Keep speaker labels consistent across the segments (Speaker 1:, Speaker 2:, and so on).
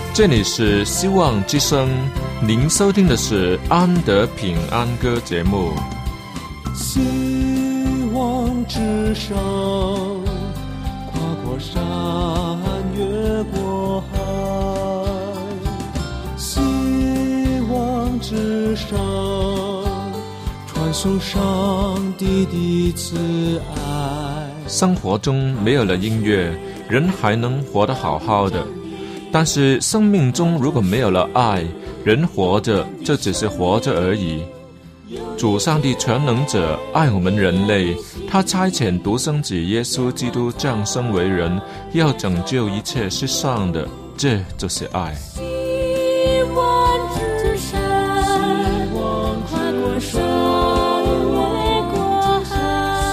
Speaker 1: 这里是希望之声，您收听的是安德平安歌节目。
Speaker 2: 希望之声，跨过山，越过海。希望之声，传送上帝的慈爱。
Speaker 1: 生活中没有了音乐，人还能活得好好的。但是生命中如果没有了爱，人活着就只是活着而已。主上帝全能者爱我们人类，他差遣独生子耶稣基督降生为人，要拯救一切世上的，这就是爱。
Speaker 3: 希望之声，跨过山，越过海。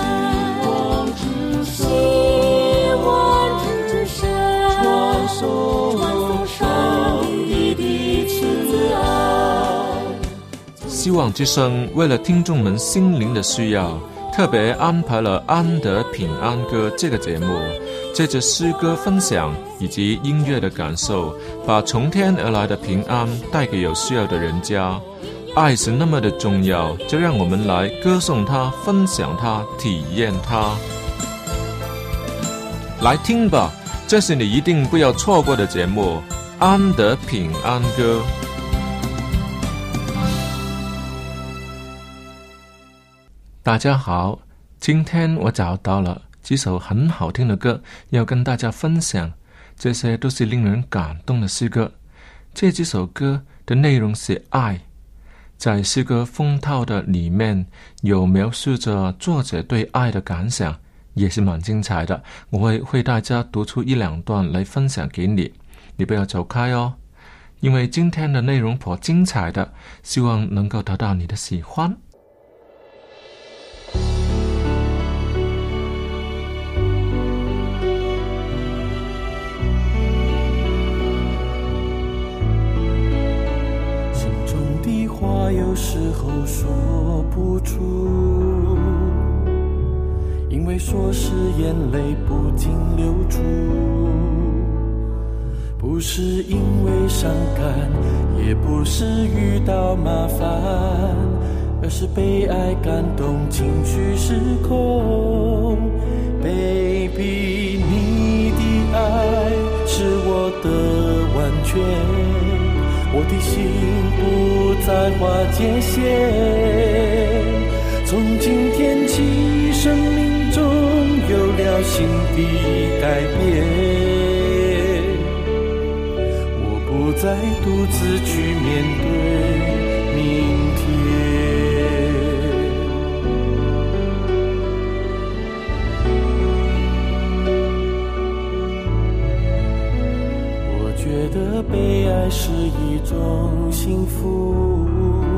Speaker 3: 希望之声，传送上帝的慈爱。
Speaker 1: 希望之声为了听众们心灵的需要，特别安排了安德平安歌这个节目，借着诗歌分享以及音乐的感受，把从天而来的平安带给有需要的人家。爱是那么的重要，就让我们来歌颂它，分享它，体验它。来听吧，这是你一定不要错过的节目，安德平安歌。大家好，今天我找到了几首很好听的歌要跟大家分享，这些都是令人感动的诗歌。这几首歌的内容是爱，在诗歌封套的里面有描述着作者对爱的感想，也是蛮精彩的。我会为大家读出一两段来分享给你，你不要走开哦，因为今天的内容颇精彩的，希望能够得到你的喜欢。
Speaker 2: 话有时候说不出，因为说是眼泪不禁流出，不是因为伤感，也不是遇到麻烦，而是被爱感动，情绪失控。Baby， 你的爱是我的完全，我的心不再划界限，从今天起生命中有了新的改变，我不再独自去面对明天。我觉得被爱是一种幸福，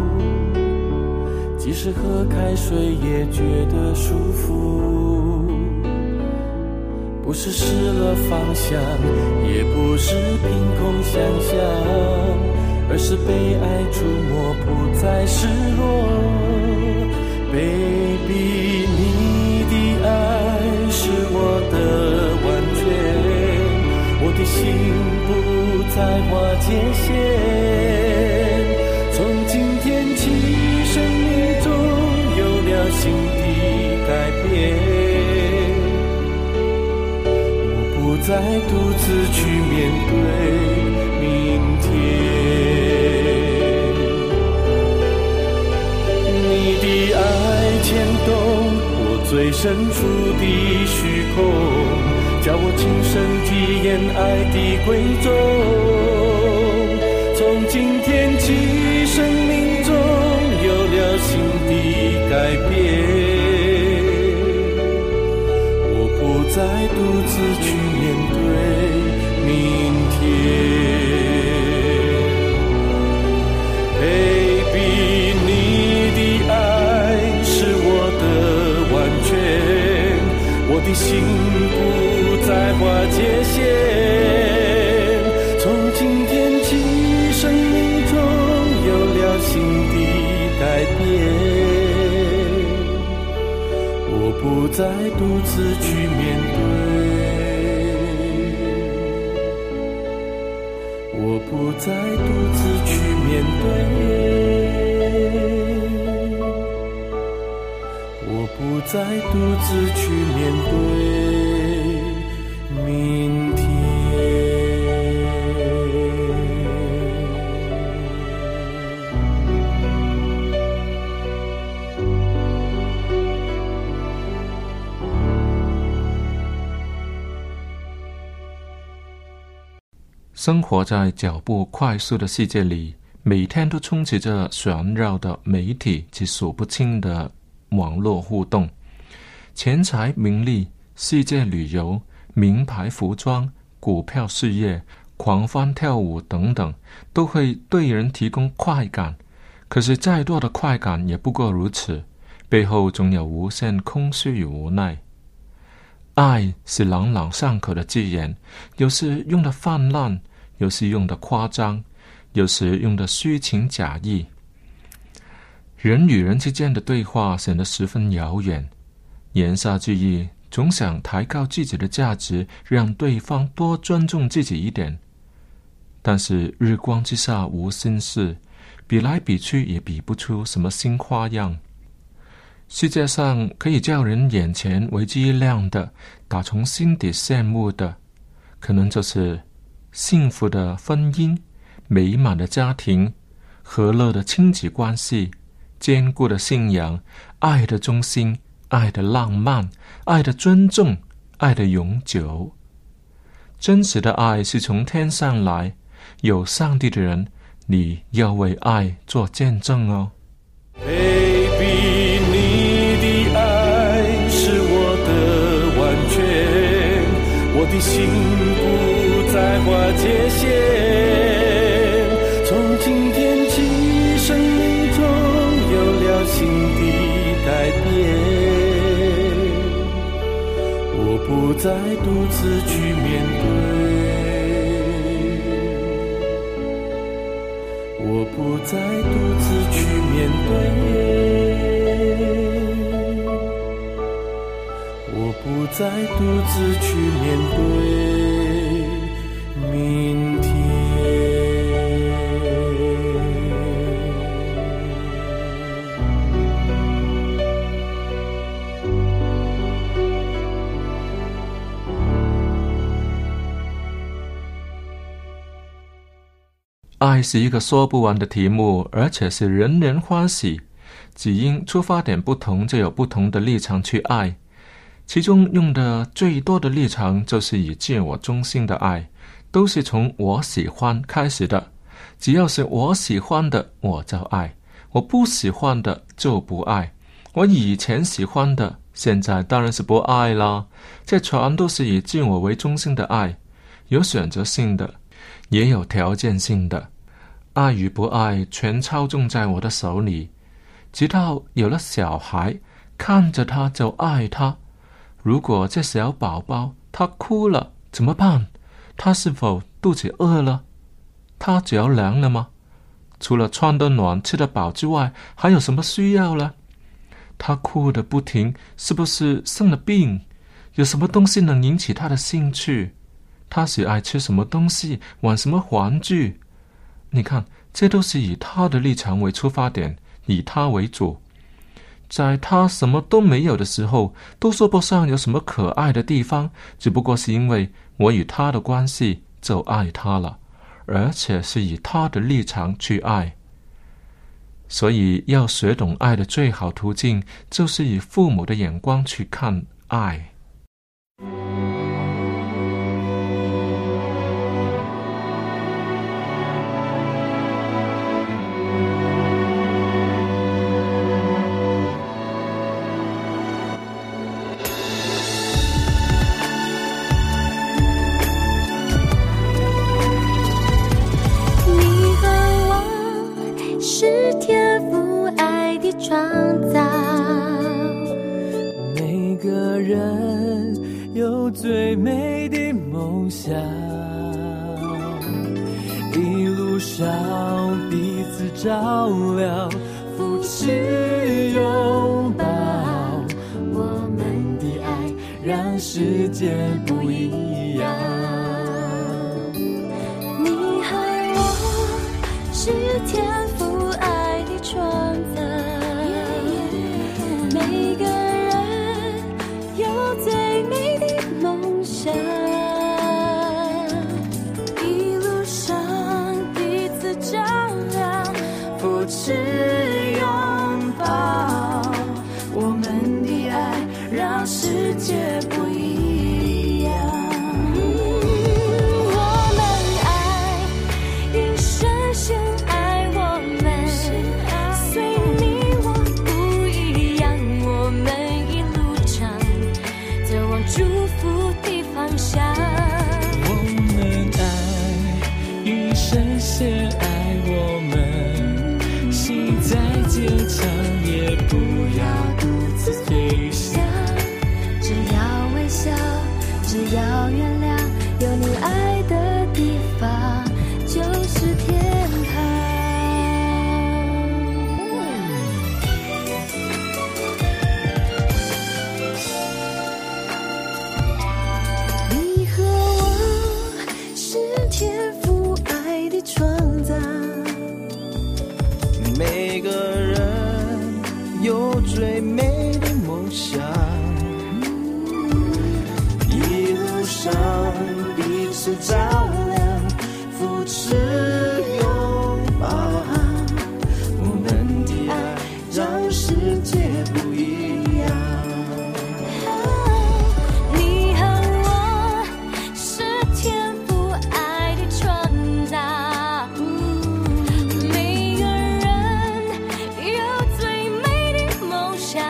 Speaker 2: 即使喝开水也觉得舒服，不是失了方向，也不是凭空想象，而是被爱触摸，不再失落。Baby， 你的爱是我的完全，我的心不再划界限，从今天起生命中有了新的改变，我不再独自去面对明天。你的爱牵动我最深处的虚空，叫我亲身体验爱的贵重，从今天起生命中有了新的改变，我不再独自去面对明天。Baby， 你的爱是我的完全，我的心不再划界限，从今天起生命中有了新的改变，我不再独自去面对，我不再独自去面对，我不再独自去面对明天。
Speaker 1: 生活在脚步快速的世界里，每天都充斥着旋绕的媒体及数不清的网络互动。钱财、名利、世界旅游、名牌服装、股票事业、狂欢跳舞等等，都会对人提供快感。可是再多的快感也不过如此，背后总有无限空虚与无奈。爱是朗朗上口的字眼，有时用得泛滥，有时用得夸张，有时用得虚情假意。人与人之间的对话显得十分遥远，言下之意总想抬高自己的价值，让对方多尊重自己一点。但是日光之下无新事，比来比去也比不出什么新花样。世界上可以叫人眼前为之一亮的，打从心底羡慕的，可能就是幸福的婚姻、美满的家庭、和乐的亲子关系、坚固的信仰、爱的忠心、爱的浪漫、爱的尊重、爱的永久。真实的爱是从天上来，有上帝的人，你要为爱做见证哦。
Speaker 2: Baby， 你的爱是我的完全，我的心不再划界限，从今天起生命中有了新的改变，我不再独自去面对，我不再独自去面对，我不再独自去面对明天。
Speaker 1: 爱是一个说不完的题目，而且是人人欢喜，只因出发点不同，就有不同的立场去爱。其中用的最多的立场就是以自我中心的爱，都是从我喜欢开始的。只要是我喜欢的，我就爱；我不喜欢的就不爱。我以前喜欢的，现在当然是不爱啦。这全都是以自我为中心的爱，有选择性的，也有条件性的。爱与不爱全操纵在我的手里，直到有了小孩，看着他就爱他。如果这小宝宝他哭了怎么办？他是否肚子饿了？他脚凉了吗？除了穿得暖吃得饱之外，还有什么需要呢？他哭得不停，是不是生了病？有什么东西能引起他的兴趣？他喜爱吃什么东西，玩什么玩具？你看，这都是以他的立场为出发点，以他为主。在他什么都没有的时候，都说不上有什么可爱的地方，只不过是因为我与他的关系就爱他了，而且是以他的立场去爱。所以要学懂爱的最好途径，就是以父母的眼光去看爱。
Speaker 2: 每个人有最美的梦想，一路上彼此照亮，扶持拥抱，我们的爱让世界不一样。你和我
Speaker 3: 是天父爱的创造，每个人有最美的梦想，一路上彼此照亮，扶持拥抱，我们的爱让世界不一样。我们爱，因神先爱我们，随你我不一样，我们一路上走往祝福的方向。
Speaker 2: 我们爱，因神先爱我们，心再坚强也不要独自飞翔。
Speaker 3: 只要微笑，只要原谅，有你爱的地方就是天堂。你和我是天父爱的创造，
Speaker 2: 每个人有最美的梦想，一路上彼此照亮，扶持拥抱，我们的爱让世界不一样。
Speaker 3: 你和我是天父爱的创造，每个人有最美的梦想，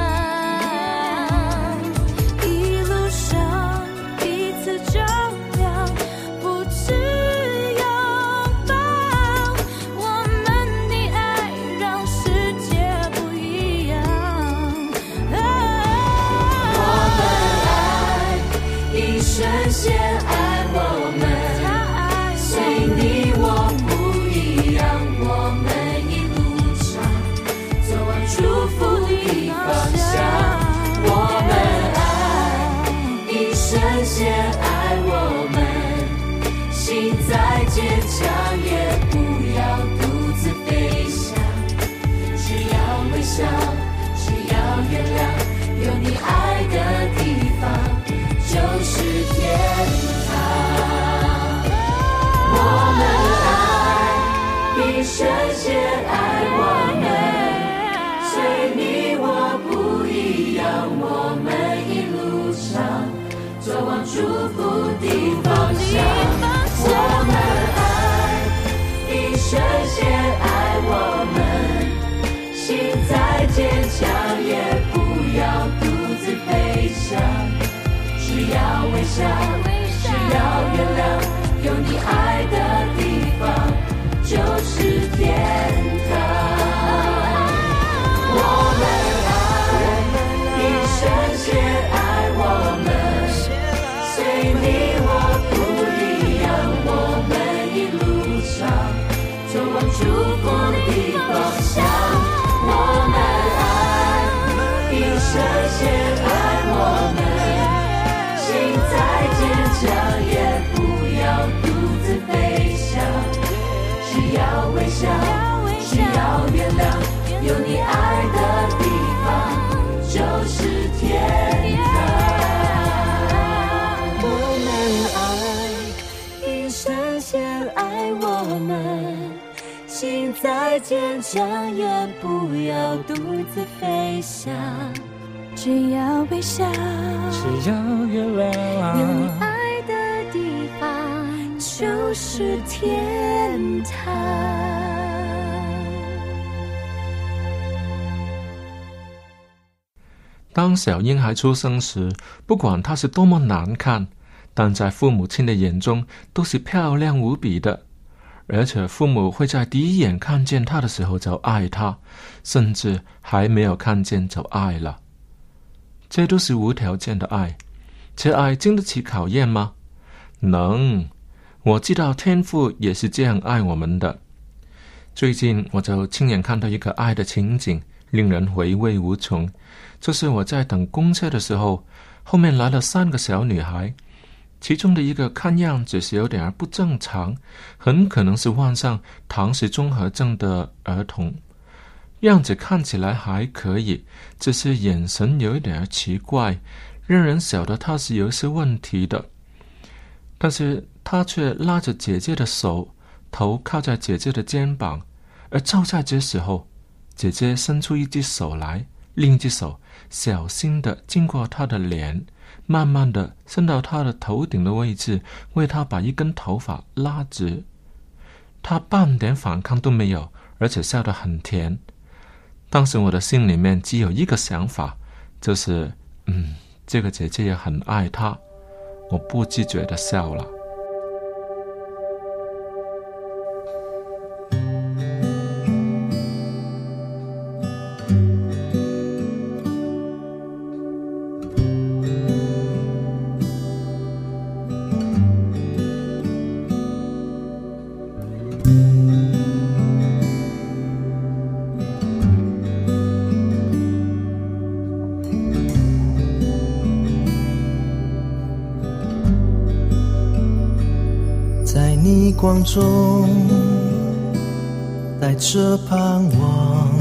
Speaker 3: 一路上彼此照亮，扶持拥抱，我们的爱让世界不一样。因神先爱我们，随你我不一样，我们一路上走往祝福的方向。我们爱，因神先爱我们，心再坚强也不要独自飞翔，只要微笑，只要原谅，有你爱的地方就是天堂。我们爱，因神先爱我们，随你我不一样，我们一路上走往祝福的方向。我们爱，因神先爱我们，心再坚强也不要独自飞翔，只要微笑，只要原谅，有你爱的地方就是天堂。我们爱，因神先爱我们，随你我不一样，我们一路上走往祝福的方向。我们爱，因神先爱我们，心再坚强也不要独自飞翔，只要微笑，只要原谅，有你爱的地方就是天堂。我们爱，因神先爱我们，心再坚强也不要独自飞翔，只要微笑，
Speaker 2: 只要原谅，
Speaker 3: 有你爱的地方就是天堂。
Speaker 1: 当小婴孩出生时，不管他是多么难看，但在父母亲的眼中都是漂亮无比的，而且父母会在第一眼看见他的时候就爱他，甚至还没有看见就爱了。这都是无条件的爱，这爱经得起考验吗？能。我知道天父也是这样爱我们的。最近我就亲眼看到一个爱的情景，令人回味无穷。就是我在等公车的时候，后面来了3个小女孩， 其中的一个看样子是有点不正常，很可能是患上唐氏综合症的儿童。样子看起来还可以，只是眼神有一点奇怪，让人晓得他是有些问题的。但是他却拉着姐姐的手，头靠在姐姐的肩膀，而就在这时候，姐姐伸出一只手来，另一只手小心地经过他的脸，慢慢地伸到他的头顶的位置，为他把一根头发拉直。他半点反抗都没有，而且笑得很甜。当时我的心里面只有一个想法，就是这个姐姐也很爱他。我不自觉地笑了。
Speaker 4: 逆光中带着盼望，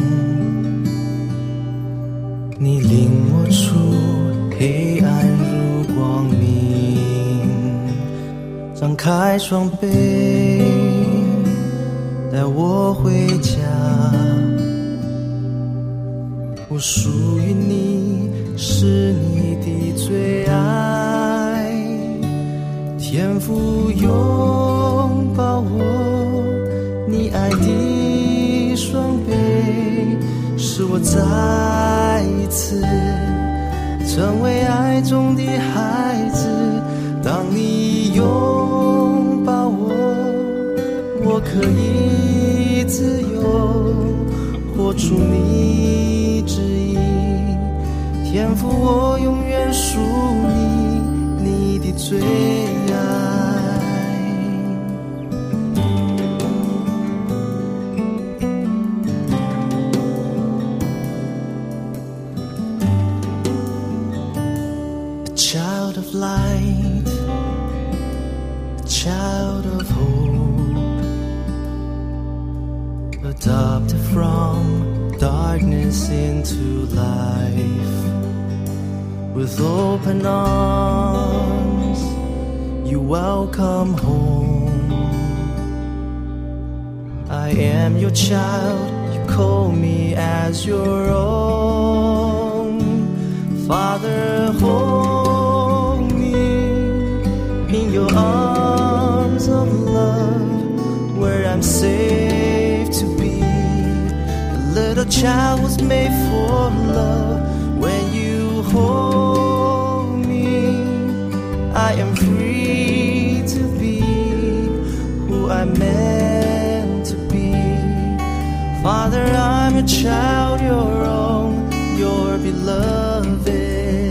Speaker 4: 你领我出黑暗入光明，张开双臂带我回家，我属于你，是你的最爱，天父拥抱我，你爱的双臂，使我再一次成为爱中的孩子。当你拥抱我，我可以自由活出你旨意，天父我永远属你，你的最爱。Child of light, a child of hope, adopted from darkness into life. With open arms, you welcome home. I am your child, you call me as your own. Father, hold in your arms of love, where I'm safe to be. A little child was made for love. When you hold me, I am free to be who I'm meant to be. Father, I'm your child, your own, your beloved.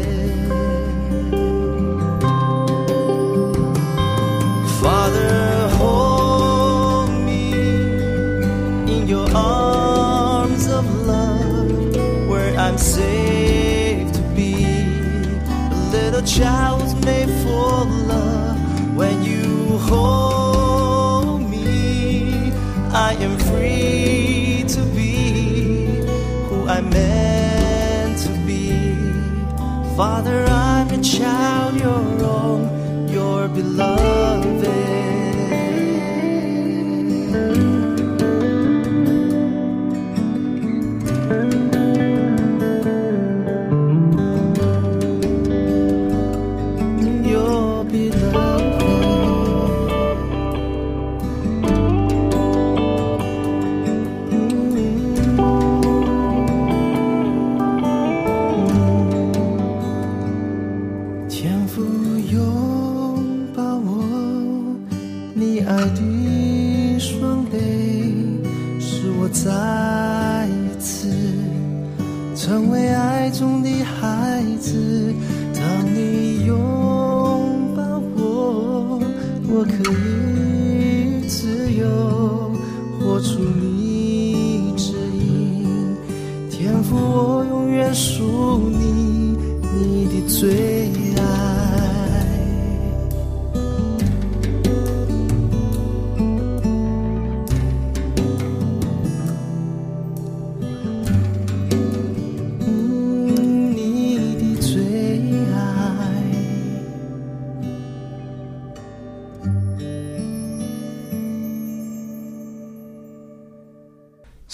Speaker 4: Father, hold me in your arms of love, where I'm safe to be. A little child was made for love. When you hold me, I am free to be who I'm meant to be. Father, I'm your child, your own, your beloved. Your beloved. Thiên父拥抱我，你爱的双臂，使我再一次成为爱中的孩子。当你拥抱我，我可以自由活出你旨意。天父，我永远属你，你的最爱。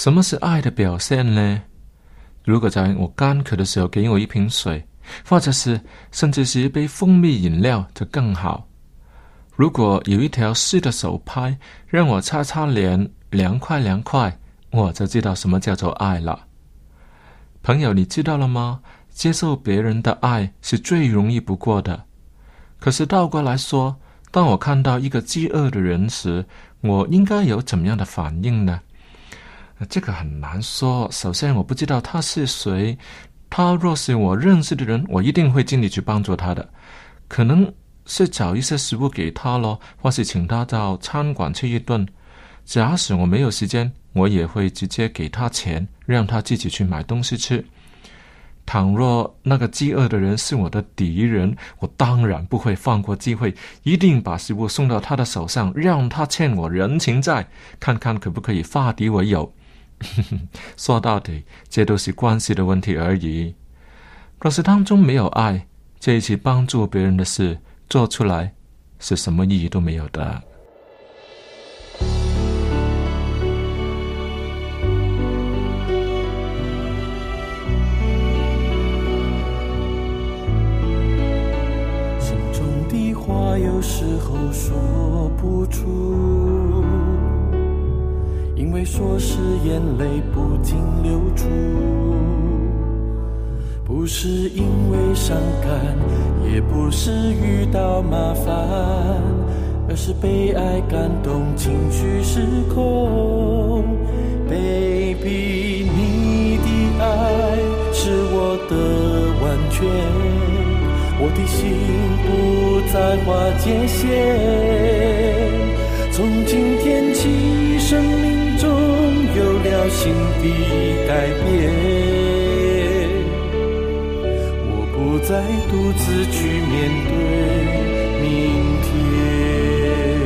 Speaker 1: 什么是爱的表现呢？如果在我干渴的时候给我一瓶水，或者是甚至是一杯蜂蜜饮料就更好。如果有一条湿的手拍让我擦擦脸，凉快凉快，我就知道什么叫做爱了。朋友，你知道了吗？接受别人的爱是最容易不过的。可是倒过来说，当我看到一个饥饿的人时，我应该有怎么样的反应呢？这个很难说。首先我不知道他是谁，他若是我认识的人，我一定会尽力去帮助他的，可能是找一些食物给他咯，或是请他到餐馆吃一顿。假使我没有时间，我也会直接给他钱，让他自己去买东西吃。倘若那个饥饿的人是我的敌人，我当然不会放过机会，一定把食物送到他的手上，让他欠我人情债，看看可不可以化敌为友。说到底，这都是关系的问题而已。若是当中没有爱，这一起帮助别人的事做出来，是什么意义都没有的。
Speaker 2: 心中的话有时候说不出，因为说是眼泪不禁流出，不是因为伤感，也不是遇到麻烦，而是被爱感动，情绪失控。Baby， 你的爱是我的完全，我的心不再划界限。从今天起，生命中有了新的改变。不再独自去面对明天。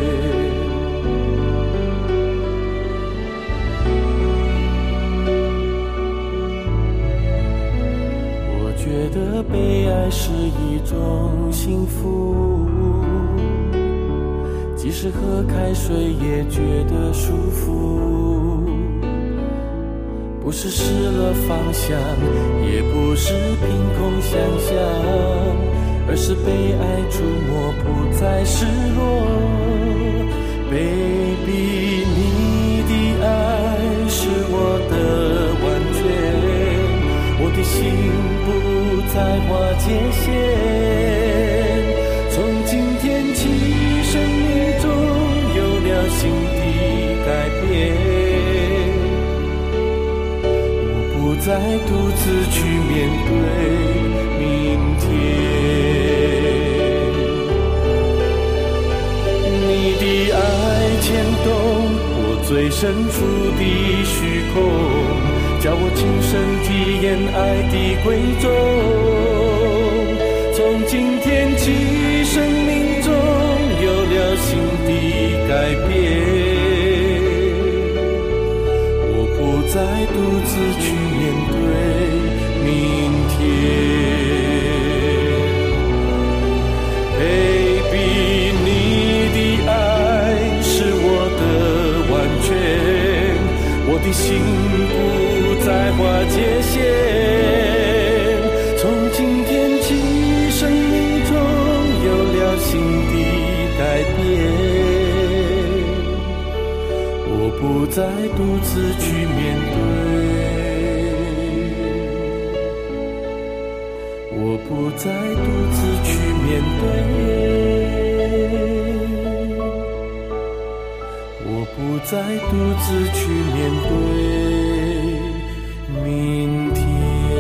Speaker 2: 我觉得被爱是一种幸福，即使喝开水也觉得舒服。不是失了方向，也不是凭空想象，而是被爱触摸，不再失落。Baby， 你的爱是我的完全，我的心不再划界限。从今天起，生命中有了新的改变。不再独自去面对明天。你的爱牵动我最深处的虚空，叫我亲身体验爱的贵重。从今天起，生命中有了新的改变。不再独自去面对明天。Baby， 你的爱是我的完全，我的心不再划界限。从今天起，生命中有了新的改变。不再独自去面对，我不再独自去面对，我不再独自去面对明天。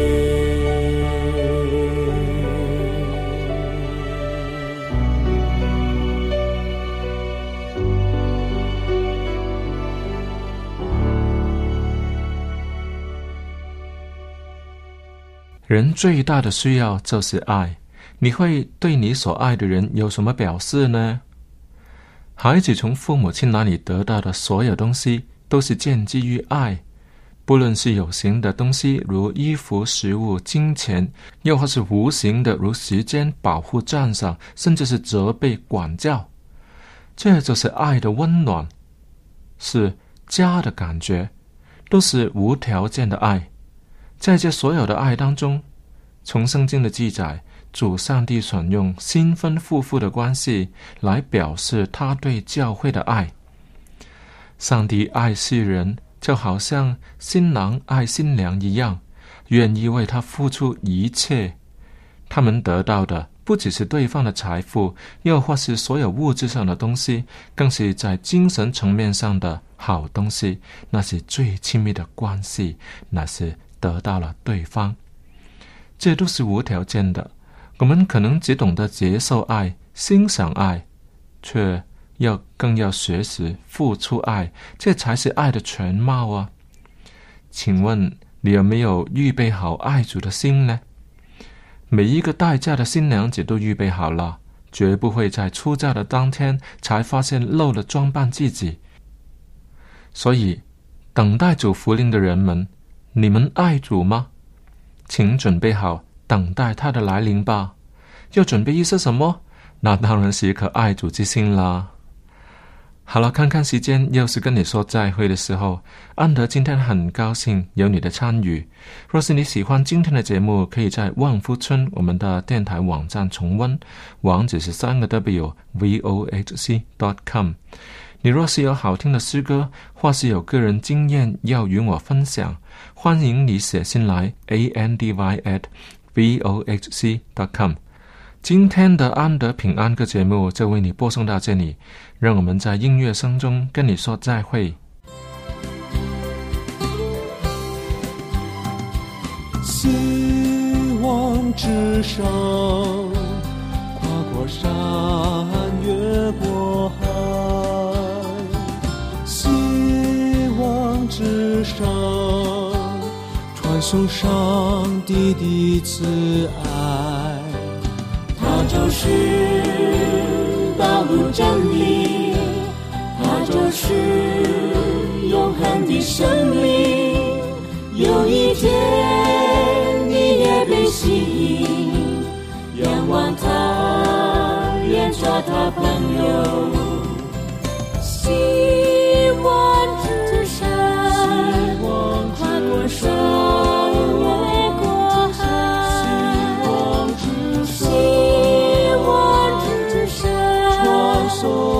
Speaker 1: 人最大的需要就是爱，你会对你所爱的人有什么表示呢？孩子从父母亲那里得到的所有东西都是建基于爱，不论是有形的东西如衣服、食物、金钱，又或是无形的如时间、保护、赞赏，甚至是责备、管教，这就是爱的温暖，是家的感觉。 都是无条件的爱。在这所有的爱当中，从圣经的记载，主上帝选用新婚夫妇的关系来表示他对教会的爱。上帝爱世人，就好像新郎爱新娘一样，愿意为他付出一切。他们得到的不只是对方的财富，又或是所有物质上的东西，更是在精神层面上的好东西，那是最亲密的关系，那是得到了对方。这都是无条件的。我们可能只懂得接受爱、欣赏爱，却更要学习付出爱，这才是爱的全貌啊！请问你有没有预备好爱主的心呢？每一个待嫁的新娘子都预备好了，绝不会在出嫁的当天才发现漏了装扮自己。所以，等待主福临的人们，你们爱主吗？请准备好等待他的来临吧。要准备一些什么？那当然是一颗爱主之心啦。好了，看看时间，又是跟你说再会的时候。安德今天很高兴有你的参与。若是你喜欢今天的节目，可以在万福村我们的电台网站重温，网址是3w vohc.com。你若是有好听的诗歌，或是有个人经验要与我分享，欢迎你写信来 andy@vohc.com。今天的安德平安歌节目就为你播送到这里，让我们在音乐声中跟你说再会。
Speaker 4: 希望之声，跨过山，越过海。希望之声，传送上帝的慈爱。
Speaker 3: 它就是道路真理，它就是永恒的生命。有一天你也被吸引，仰望他，愿做他朋友。希望之声，跨过山，越过海。希望之声，传送